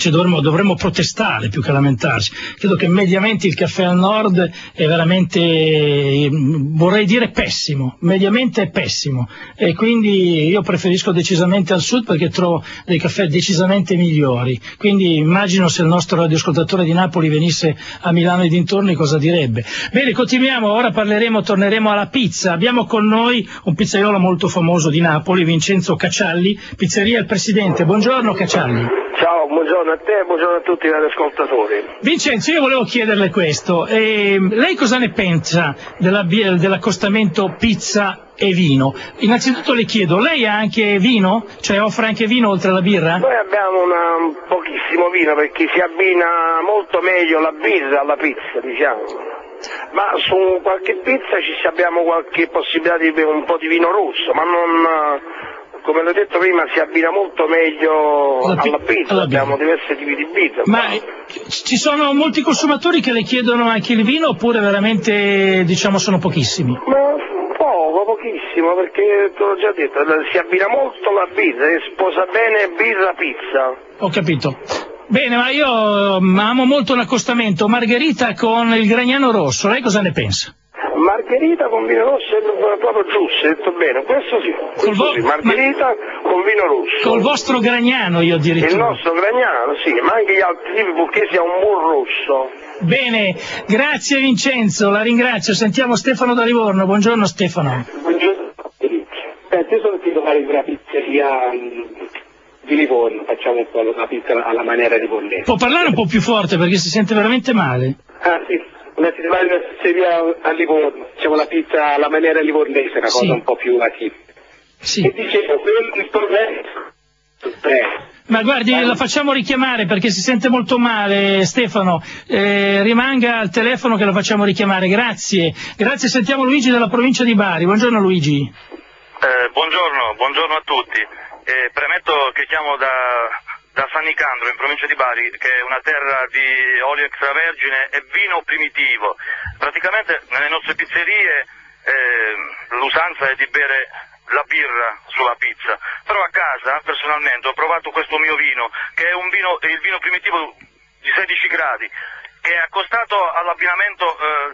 dovremmo protestare più che lamentarci. Credo che mediamente il caffè al nord è veramente, vorrei dire, pessimo, mediamente è pessimo, e quindi io preferisco decisamente al sud perché trovo dei caffè decisamente migliori. Quindi immagino, se il nostro radioascoltatore di Napoli venisse a Milano e dintorni, cosa direbbe. Bene, continuiamo, ora torneremo alla pizza. Abbiamo con noi un pizzaiolo molto famoso di Napoli, Vincenzo Caccialli, Pizzeria Il Presidente. Buongiorno Caccialli. Ciao, buongiorno a te e buongiorno a tutti gli ascoltatori. Vincenzo, io volevo chiederle questo, lei cosa ne pensa dell'accostamento pizza e vino? Innanzitutto le chiedo, lei ha anche vino? Cioè offre anche vino oltre alla birra? Noi abbiamo pochissimo vino perché si abbina molto meglio la birra alla pizza, diciamo. Ma su qualche pizza abbiamo qualche possibilità di bere un po' di vino rosso, ma non, come l'ho detto prima, si abbina molto meglio alla pizza, abbiamo diversi tipi di pizza. Ma ci sono molti consumatori che le chiedono anche il vino, oppure veramente, diciamo, sono pochissimi? Ma pochissimo, perché te l'ho già detto, si abbina molto la birra e sposa bene birra-pizza. Ho capito. Bene, ma io amo molto l'accostamento Margherita con il Gragnano rosso, lei cosa ne pensa? Margherita con vino rosso è proprio giusto, hai detto bene, questo sì. Margherita con vino rosso. Col vostro Gragnano, io addirittura. Il nostro Gragnano, sì, ma anche gli altri tipi, purché sia un buon rosso. Bene, grazie Vincenzo, la ringrazio. Sentiamo Stefano da Livorno. Buongiorno Stefano. Buongiorno. Senti, io sono titolare di una pizzeria di Livorno, facciamo un po' una pizza alla maniera livornese. Può parlare un po' più forte perché si sente veramente male? Ah sì, una pizzeria a Livorno, facciamo la pizza alla maniera livornese, una cosa un po' più atipica. Sì. E dicevo, il problema... Ma guardi, la facciamo richiamare perché si sente molto male, Stefano, rimanga al telefono che la facciamo richiamare, grazie. Grazie, sentiamo Luigi dalla provincia di Bari. Buongiorno Luigi. Buongiorno a tutti. Premetto che chiamo da San Nicandro, in provincia di Bari, che è una terra di olio extravergine e vino primitivo. Praticamente nelle nostre pizzerie l'usanza è di bere la birra sulla pizza, però a casa personalmente ho provato questo mio vino, che è il vino primitivo di 16 gradi, che è accostato all'abbinamento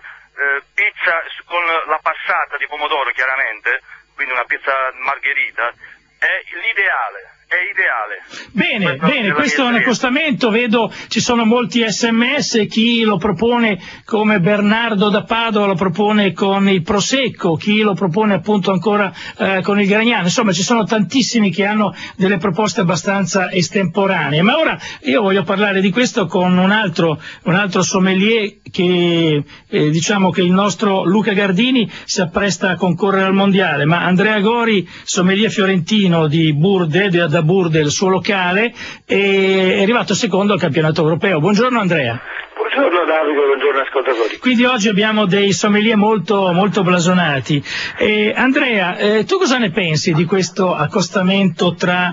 pizza con la passata di pomodoro, chiaramente, quindi una pizza margherita, è l'ideale. È ideale. Bene, questo è un accostamento, vedo ci sono molti sms, chi lo propone come Bernardo da Padova lo propone con il Prosecco, chi lo propone appunto ancora con il Gragnano, insomma ci sono tantissimi che hanno delle proposte abbastanza estemporanee, ma ora io voglio parlare di questo con un altro sommelier che diciamo che il nostro Luca Gardini si appresta a concorrere al mondiale, ma Andrea Gori, sommelier fiorentino di Burde, da Burde, il suo locale, è arrivato secondo al campionato europeo. Buongiorno Andrea. Buongiorno Davide, buongiorno ascoltatori. Quindi oggi abbiamo dei sommelier molto, molto blasonati. Andrea, tu cosa ne pensi di questo accostamento tra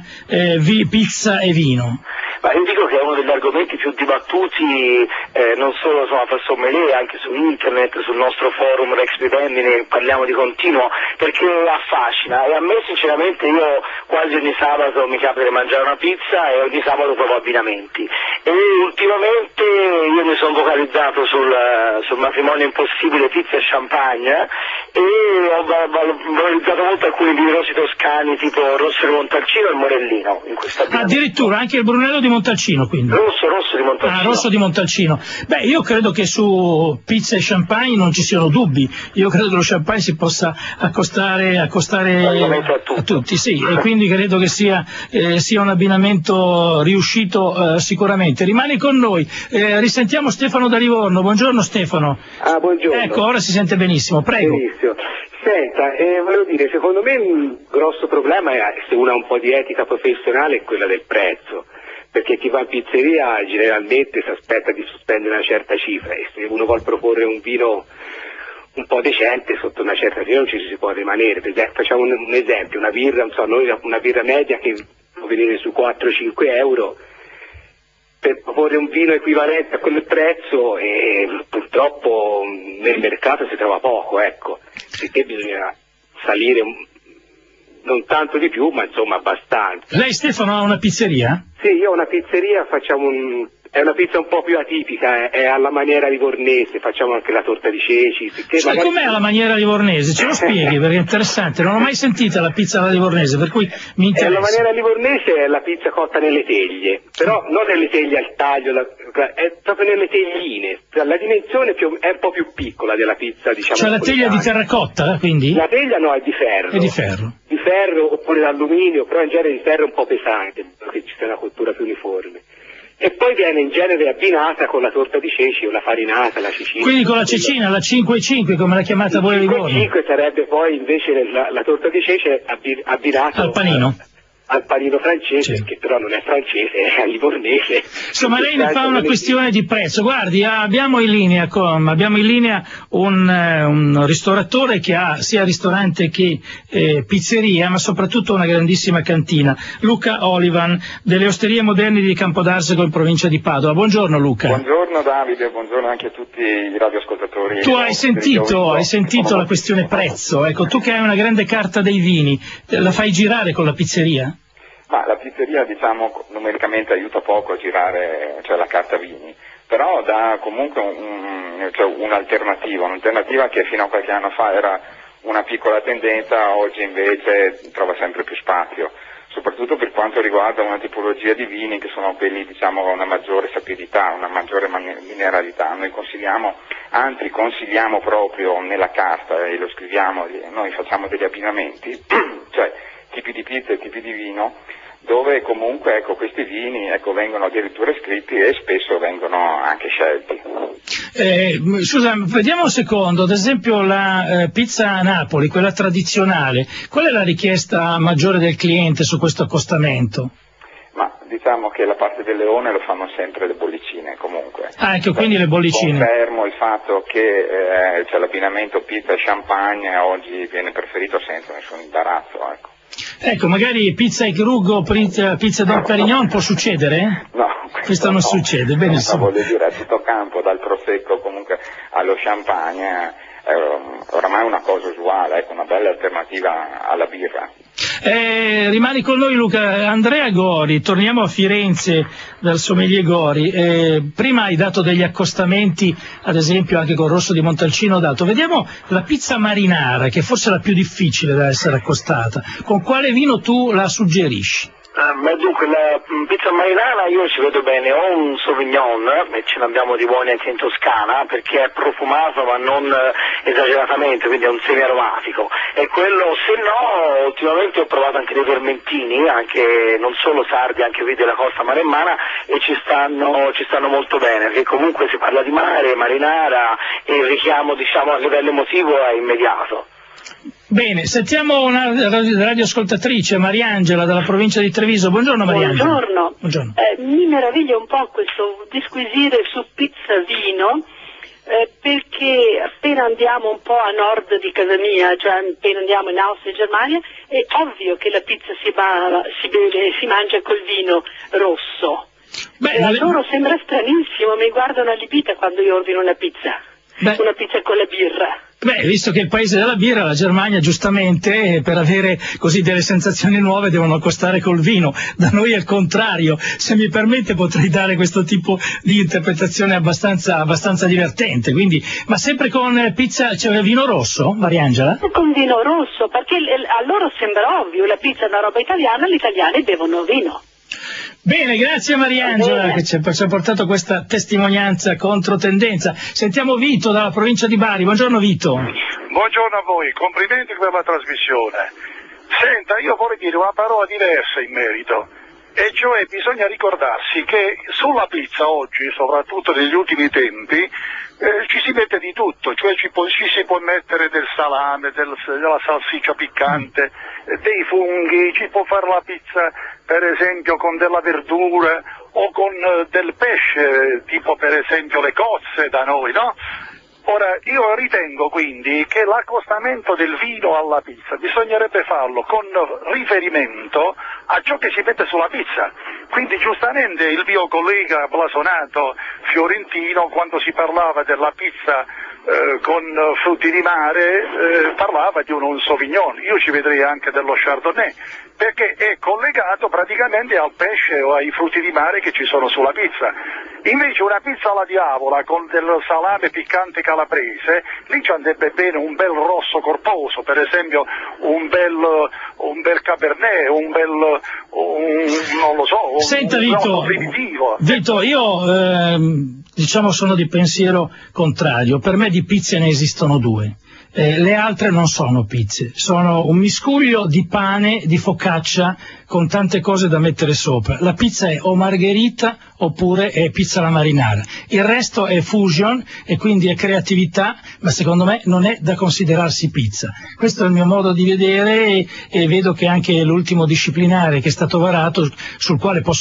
pizza e vino? Ma io dico che è uno degli argomenti più dibattuti, non solo per sommelier, anche su internet, sul nostro forum Rex Vivendi, ne parliamo di continuo, perché affascina, e a me sinceramente io quasi ogni sabato mi capita di mangiare una pizza e ogni sabato provo abbinamenti. E ultimamente io mi sono focalizzato sul matrimonio impossibile pizza e champagne, e ho valorizzato molto alcuni vini rossi toscani tipo Rosso di Montalcino e il Morellino in questa addirittura anche il Brunello di Montalcino, quindi. Rosso di Montalcino. Rosso di Montalcino. Beh, io credo che su pizza e champagne non ci siano dubbi. Io credo che lo champagne si possa accostare a tutti, sì, e quindi credo che sia un abbinamento riuscito sicuramente. Rimani con noi. Risentiamo Stefano da Livorno. Buongiorno Stefano. Ah, buongiorno. Ecco, ora si sente benissimo, prego. Benissimo. Senta, volevo dire, secondo me un grosso problema è, se uno ha un po' di etica professionale, è quella del prezzo. Perché chi va in pizzeria generalmente si aspetta di spendere una certa cifra, e se uno vuole proporre un vino un po' decente sotto una certa cifra non ci si può rimanere. Per esempio, facciamo un esempio, una birra, noi una birra media che può venire su 4-5 euro, per proporre un vino equivalente a quel prezzo, e purtroppo nel mercato si trova poco, ecco, perché bisogna salire non tanto di più, ma insomma abbastanza. Lei Stefano ha una pizzeria? Sì, io ho una pizzeria, è una pizza un po' più atipica, è alla maniera livornese, facciamo anche la torta di ceci. Cioè, com'è alla maniera livornese? Ce lo spieghi, perché è interessante, non ho mai sentita la pizza alla livornese, per cui mi interessa. La maniera livornese è la pizza cotta nelle teglie, però non nelle teglie al taglio, è proprio nelle tegline, la dimensione è un po' più piccola della pizza, diciamo. Cioè la teglia di terracotta, quindi? La teglia no, è di ferro. È di ferro. Di ferro oppure d'alluminio, però in genere di ferro è un po' pesante, perché ci sia una cottura più uniforme. E poi viene in genere abbinata con la torta di ceci o la farinata, la cecina. Quindi con la cecina, la 5-5 come l'ha chiamata voi a Livorno? 5 sarebbe poi invece la torta di ceci abbinata al panino. Al panino francese, sì. Che però non è francese, è livornese. Insomma, lei ne fa una questione di prezzo. Guardi, abbiamo in linea un ristoratore che ha sia ristorante che pizzeria, ma soprattutto una grandissima cantina. Luca Olivan, delle Osterie Moderne di Campodarsego in provincia di Padova. Buongiorno Luca. Buongiorno Davide, buongiorno anche a tutti i radioascoltatori. Tu hai sentito la questione prezzo, ecco, tu che hai una grande carta dei vini, la fai girare con la pizzeria? Ma la pizzeria, diciamo, numericamente aiuta poco a girare, cioè la carta vini, però dà comunque un'alternativa che fino a qualche anno fa era una piccola tendenza, oggi invece trova sempre più spazio, soprattutto per quanto riguarda una tipologia di vini che sono quelli, diciamo, una maggiore sapidità, una maggiore mineralità. Noi consigliamo proprio nella carta, e lo scriviamo, noi facciamo degli abbinamenti, cioè tipi di pizza e tipi di vino, dove comunque questi vini vengono addirittura scritti e spesso vengono anche scelti. Scusa, vediamo un secondo, ad esempio la pizza a Napoli, quella tradizionale, qual è la richiesta maggiore del cliente su questo accostamento? Ma diciamo che la parte del leone lo fanno sempre le bollicine comunque. Ah, ecco, quindi le bollicine. Confermo il fatto che l'abbinamento pizza e champagne oggi viene preferito senza nessun imbarazzo, ecco. Ecco, magari pizza e grugo, pizza del Perignon può succedere? No, questo non succede, benissimo. Voglio dire, a tutto campo, dal prosecco comunque allo champagne, oramai è una cosa usuale, una bella alternativa alla birra. Rimani con noi Luca. Andrea Gori, torniamo a Firenze dal sommelier Gori. Prima hai dato degli accostamenti, ad esempio anche con Rosso di Montalcino vediamo la pizza marinara, che forse è la più difficile da essere accostata. Con quale vino tu la suggerisci? Dunque, la pizza marinara io ci vedo bene, ho un Sauvignon, e ce ne abbiamo di buoni anche in Toscana, perché è profumato ma non esageratamente, quindi è un semi-aromatico, e quello, se no, ultimamente ho provato anche dei vermentini, anche non solo sardi, anche qui della costa maremmana, e ci stanno molto bene, perché comunque si parla di mare, marinara, e il richiamo, diciamo, a livello emotivo è immediato. Bene, sentiamo una radioascoltatrice, Mariangela, dalla provincia di Treviso. Buongiorno Mariangela. Buongiorno. Mi meraviglia un po' questo disquisire su pizza vino, perché appena andiamo un po' a nord di casa mia, cioè appena andiamo in Austria e Germania, è ovvio che la pizza si mangia col vino rosso. A loro sembra stranissimo, mi guardano allibita quando io ordino una pizza. Una pizza con la birra. Visto che è il paese della birra, la Germania giustamente per avere così delle sensazioni nuove devono accostare col vino. Da noi è il contrario. Se mi permette potrei dare questo tipo di interpretazione abbastanza divertente. Quindi, ma sempre con pizza, cioè vino rosso, Mariangela? Con vino rosso, perché a loro sembra ovvio, la pizza è una roba italiana, gli italiani bevono vino. Bene, grazie Mariangela che ci ha portato questa testimonianza controtendenza. Sentiamo Vito dalla provincia di Bari. Buongiorno Vito. Buongiorno a voi, complimenti per la trasmissione. Senta, io vorrei dire una parola diversa in merito, e cioè bisogna ricordarsi che sulla pizza oggi, soprattutto negli ultimi tempi, ci si mette di tutto, cioè ci si può mettere del salame, della salsiccia piccante, dei funghi, ci può fare la pizza per esempio con della verdura o con del pesce, tipo per esempio le cozze da noi, no? Ora, io ritengo quindi che l'accostamento del vino alla pizza bisognerebbe farlo con riferimento a ciò che si mette sulla pizza. Quindi giustamente il mio collega blasonato fiorentino, quando si parlava della pizza con frutti di mare, parlava di un Sauvignon. Io ci vedrei anche dello Chardonnay, perché è collegato praticamente al pesce o ai frutti di mare che ci sono sulla pizza. Invece una pizza alla diavola con del salame piccante calabrese, lì ci andrebbe bene un bel rosso corposo, per esempio un bel Cabernet, non lo so, Senta, un primitivo. Vito, io diciamo sono di pensiero contrario. Per me di pizze ne esistono due. Le altre non sono pizze, sono un miscuglio di pane, di focaccia con tante cose da mettere sopra. La pizza è o margherita oppure è pizza alla marinara. Il resto è fusion e quindi è creatività, ma secondo me non è da considerarsi pizza. Questo è il mio modo di vedere e vedo che anche l'ultimo disciplinare che è stato varato, sul quale posso